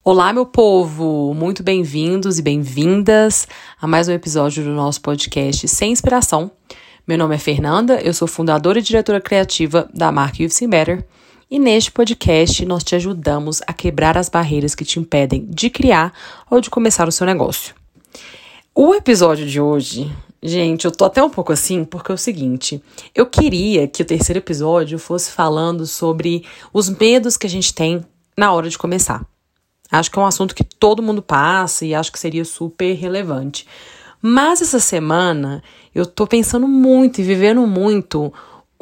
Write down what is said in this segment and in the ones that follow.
Olá, meu povo! Muito bem-vindos e bem-vindas a mais um episódio do nosso podcast Sem Inspiração. Meu nome é Fernanda, eu sou fundadora e diretora criativa da marca You've Seen Better. E neste podcast nós te ajudamos a quebrar as barreiras que te impedem de criar ou de começar o seu negócio. O episódio de hoje, gente, eu tô até um pouco assim porque é o seguinte, eu queria que o terceiro episódio fosse falando sobre os medos que a gente tem na hora de começar. Acho que é um assunto que todo mundo passa e acho que seria super relevante. Mas essa semana eu tô pensando muito e vivendo muito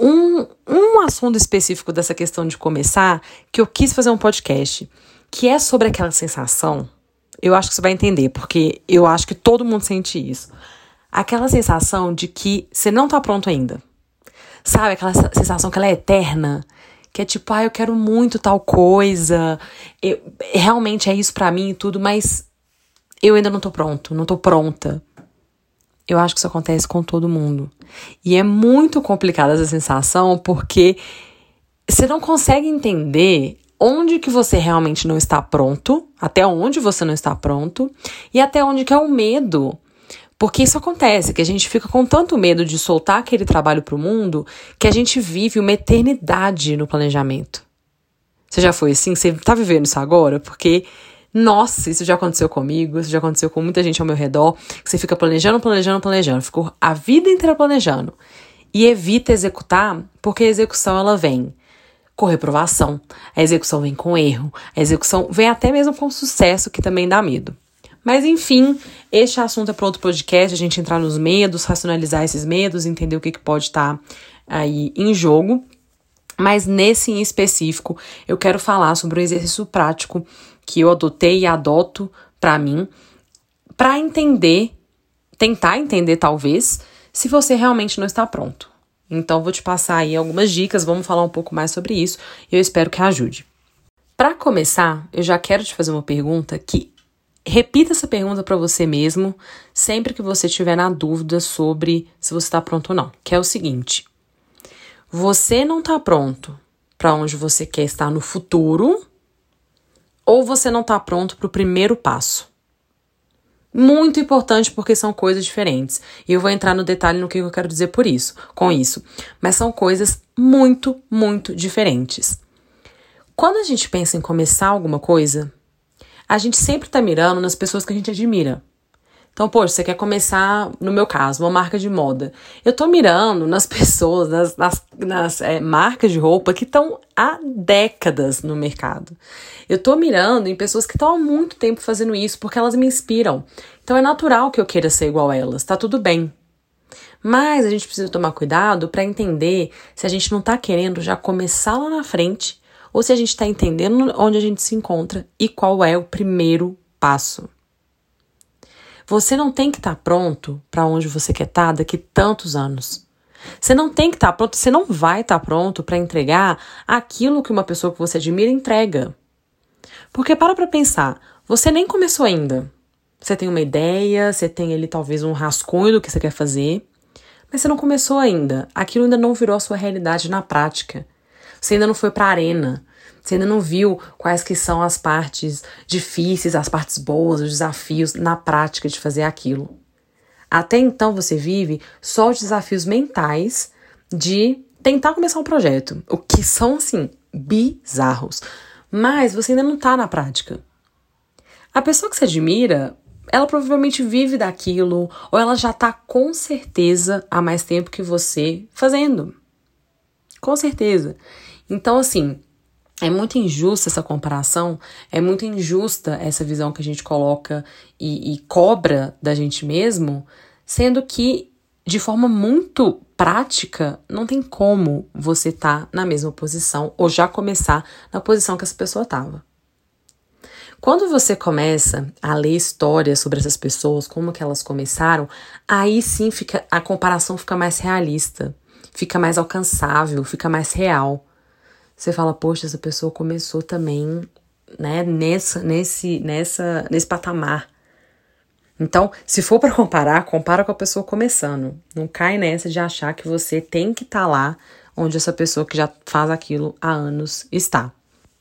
um assunto específico dessa questão de começar que eu quis fazer um podcast, que é sobre aquela sensação, eu acho que você vai entender, porque eu acho que todo mundo sente isso. Aquela sensação de que você não tá pronto ainda. Sabe, aquela sensação que ela é eterna, que é tipo, eu quero muito tal coisa, realmente é isso pra mim e tudo, mas eu ainda não tô pronto, não tô pronta. Eu acho que isso acontece com todo mundo. E é muito complicada essa sensação, porque você não consegue entender onde que você realmente não está pronto, até onde você não está pronto, e até onde que é o medo. Porque isso acontece, que a gente fica com tanto medo de soltar aquele trabalho pro mundo, que a gente vive uma eternidade no planejamento. Você já foi assim? Você tá vivendo isso agora? Porque, nossa, isso já aconteceu comigo, isso já aconteceu com muita gente ao meu redor, que você fica planejando, ficou a vida inteira planejando. E evita executar, porque a execução ela vem com reprovação, a execução vem com erro, a execução vem até mesmo com sucesso, que também dá medo. Mas, enfim, este assunto é para outro podcast, a gente entrar nos medos, racionalizar esses medos, entender o que pode estar aí em jogo. Mas nesse em específico, eu quero falar sobre um exercício prático que eu adotei e adoto para mim, para entender, tentar entender talvez, se você realmente não está pronto. Então, vou te passar aí algumas dicas, vamos falar um pouco mais sobre isso e eu espero que ajude. Para começar, eu já quero te fazer uma pergunta que repita essa pergunta para você mesmo sempre que você estiver na dúvida sobre se você está pronto ou não, que é o seguinte: você não está pronto para onde você quer estar no futuro ou você não está pronto para o primeiro passo? Muito importante porque são coisas diferentes. E eu vou entrar no detalhe no que eu quero dizer com isso. Mas são coisas muito, muito diferentes. Quando a gente pensa em começar alguma coisa, a gente sempre tá mirando nas pessoas que a gente admira. Então, poxa, você quer começar, no meu caso, uma marca de moda. Eu tô mirando nas pessoas, nas marcas de roupa que estão há décadas no mercado. Eu tô mirando em pessoas que estão há muito tempo fazendo isso, porque elas me inspiram. Então, é natural que eu queira ser igual a elas, tá tudo bem. Mas a gente precisa tomar cuidado para entender se a gente não tá querendo já começar lá na frente, ou se a gente está entendendo onde a gente se encontra e qual é o primeiro passo. Você não tem que estar pronto para onde você quer estar daqui tantos anos. Você não tem que estar pronto, você não vai estar pronto para entregar aquilo que uma pessoa que você admira entrega. Porque para pensar, você nem começou ainda. Você tem uma ideia, você tem ali talvez um rascunho do que você quer fazer, mas você não começou ainda. Aquilo ainda não virou a sua realidade na prática. Você ainda não foi para a arena. Você ainda não viu quais que são as partes difíceis, as partes boas, os desafios na prática de fazer aquilo. Até então você vive só os desafios mentais de tentar começar um projeto, o que são, assim, bizarros. Mas você ainda não está na prática. A pessoa que você admira, ela provavelmente vive daquilo, ou ela já está com certeza há mais tempo que você fazendo. Com certeza. Então, assim, é muito injusta essa comparação, é muito injusta essa visão que a gente coloca e cobra da gente mesmo, sendo que, de forma muito prática, não tem como você estar na mesma posição ou já começar na posição que essa pessoa estava. Quando você começa a ler histórias sobre essas pessoas, como que elas começaram, aí sim a comparação fica mais realista, fica mais alcançável, fica mais real. Você fala, poxa, essa pessoa começou também, né, nesse patamar. Então, se for para comparar, compara com a pessoa começando. Não cai nessa de achar que você tem que estar lá onde essa pessoa que já faz aquilo há anos está.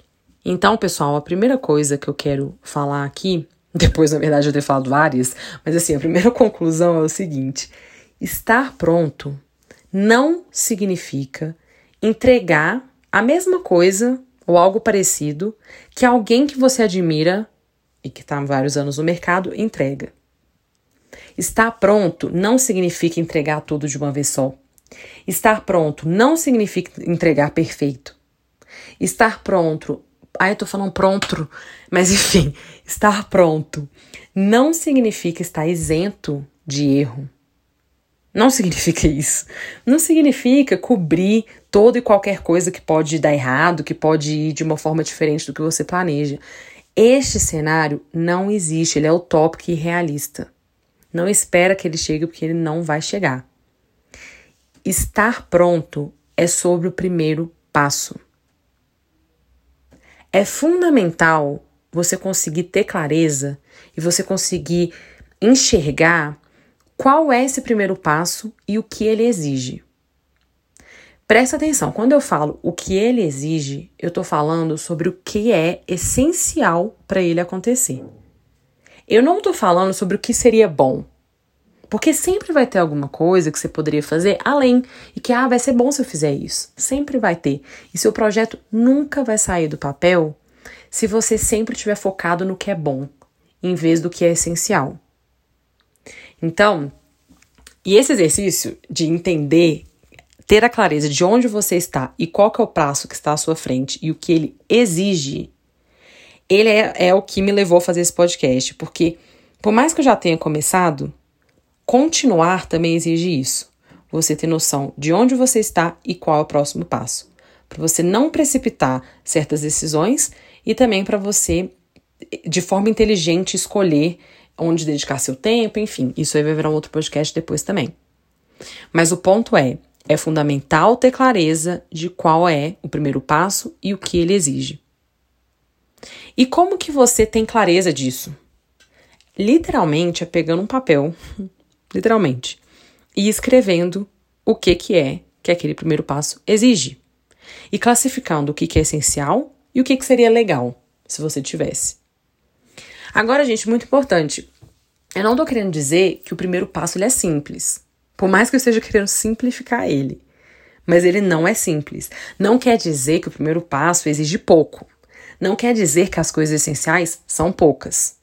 Então, pessoal, a primeira coisa que eu quero falar aqui, depois, na verdade, eu ter falado várias, mas assim, a primeira conclusão é o seguinte: estar pronto não significa entregar a mesma coisa ou algo parecido que alguém que você admira e que está há vários anos no mercado entrega. Estar pronto não significa entregar tudo de uma vez só. Estar pronto não significa entregar perfeito. Estar pronto... eu tô falando pronto, mas enfim, estar pronto não significa estar isento de erro. Não significa isso. Não significa cobrir toda e qualquer coisa que pode dar errado, que pode ir de uma forma diferente do que você planeja. Este cenário não existe, ele é utópico e irrealista. Não espera que ele chegue, porque ele não vai chegar. Estar pronto é sobre o primeiro passo. É fundamental você conseguir ter clareza e você conseguir enxergar qual é esse primeiro passo e o que ele exige. Presta atenção, quando eu falo o que ele exige, eu estou falando sobre o que é essencial para ele acontecer. Eu não estou falando sobre o que seria bom, porque sempre vai ter alguma coisa que você poderia fazer além e que vai ser bom se eu fizer isso. Sempre vai ter. E seu projeto nunca vai sair do papel se você sempre estiver focado no que é bom, em vez do que é essencial. Então, e esse exercício de entender, ter a clareza de onde você está e qual que é o passo que está à sua frente e o que ele exige, ele é o que me levou a fazer esse podcast. Porque, por mais que eu já tenha começado, continuar também exige isso. Você ter noção de onde você está e qual é o próximo passo. Para você não precipitar certas decisões e também para você, de forma inteligente, escolher onde dedicar seu tempo, enfim. Isso aí vai virar um outro podcast depois também. Mas o ponto é fundamental ter clareza de qual é o primeiro passo e o que ele exige. E como que você tem clareza disso? Literalmente é pegando um papel, literalmente, e escrevendo o que é que aquele primeiro passo exige. E classificando o que é essencial e o que seria legal, se você tivesse. Agora, gente, muito importante, eu não tô querendo dizer que o primeiro passo ele é simples, por mais que eu esteja querendo simplificar ele, mas ele não é simples. Não quer dizer que o primeiro passo exige pouco, não quer dizer que as coisas essenciais são poucas.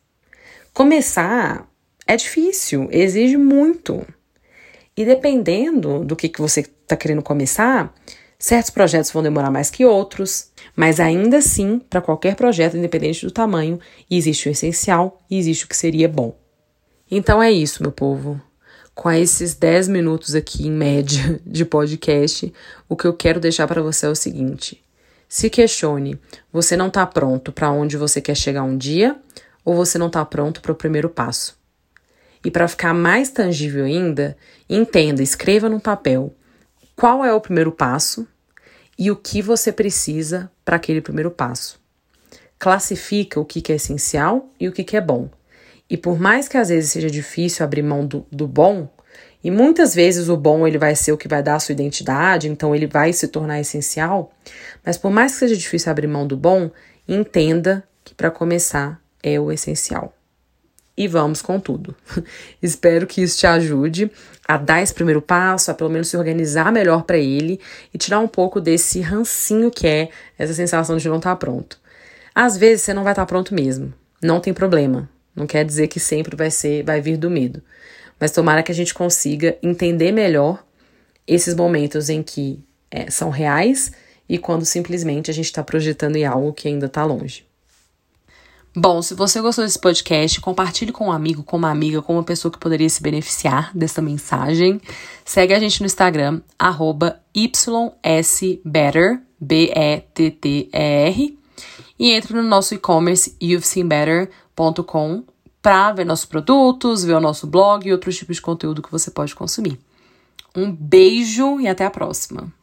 Começar é difícil, exige muito, e dependendo do que você está querendo começar, certos projetos vão demorar mais que outros, mas ainda assim, para qualquer projeto, independente do tamanho, existe o essencial e existe o que seria bom. Então é isso, meu povo. Com esses 10 minutos aqui, em média, de podcast, o que eu quero deixar para você é o seguinte: se questione, você não está pronto para onde você quer chegar um dia ou você não está pronto para o primeiro passo? E para ficar mais tangível ainda, entenda, escreva num papel qual é o primeiro passo e o que você precisa para aquele primeiro passo. Classifica o que é essencial e o que é bom. E por mais que às vezes seja difícil abrir mão do bom, e muitas vezes o bom ele vai ser o que vai dar a sua identidade, então ele vai se tornar essencial, mas por mais que seja difícil abrir mão do bom, entenda que para começar é o essencial. E vamos com tudo. Espero que isso te ajude a dar esse primeiro passo, a pelo menos se organizar melhor para ele e tirar um pouco desse rancinho que é essa sensação de não estar pronto. Às vezes você não vai estar pronto mesmo, não tem problema. Não quer dizer que sempre vai vir do medo. Mas tomara que a gente consiga entender melhor esses momentos em que são reais e quando simplesmente a gente está projetando em algo que ainda está longe. Bom, se você gostou desse podcast, compartilhe com um amigo, com uma amiga, com uma pessoa que poderia se beneficiar dessa mensagem. Segue a gente no Instagram, @YSBetter, BETTER, e entre no nosso e-commerce, you'veseenbetter.com, para ver nossos produtos, ver o nosso blog e outros tipos de conteúdo que você pode consumir. Um beijo e até a próxima!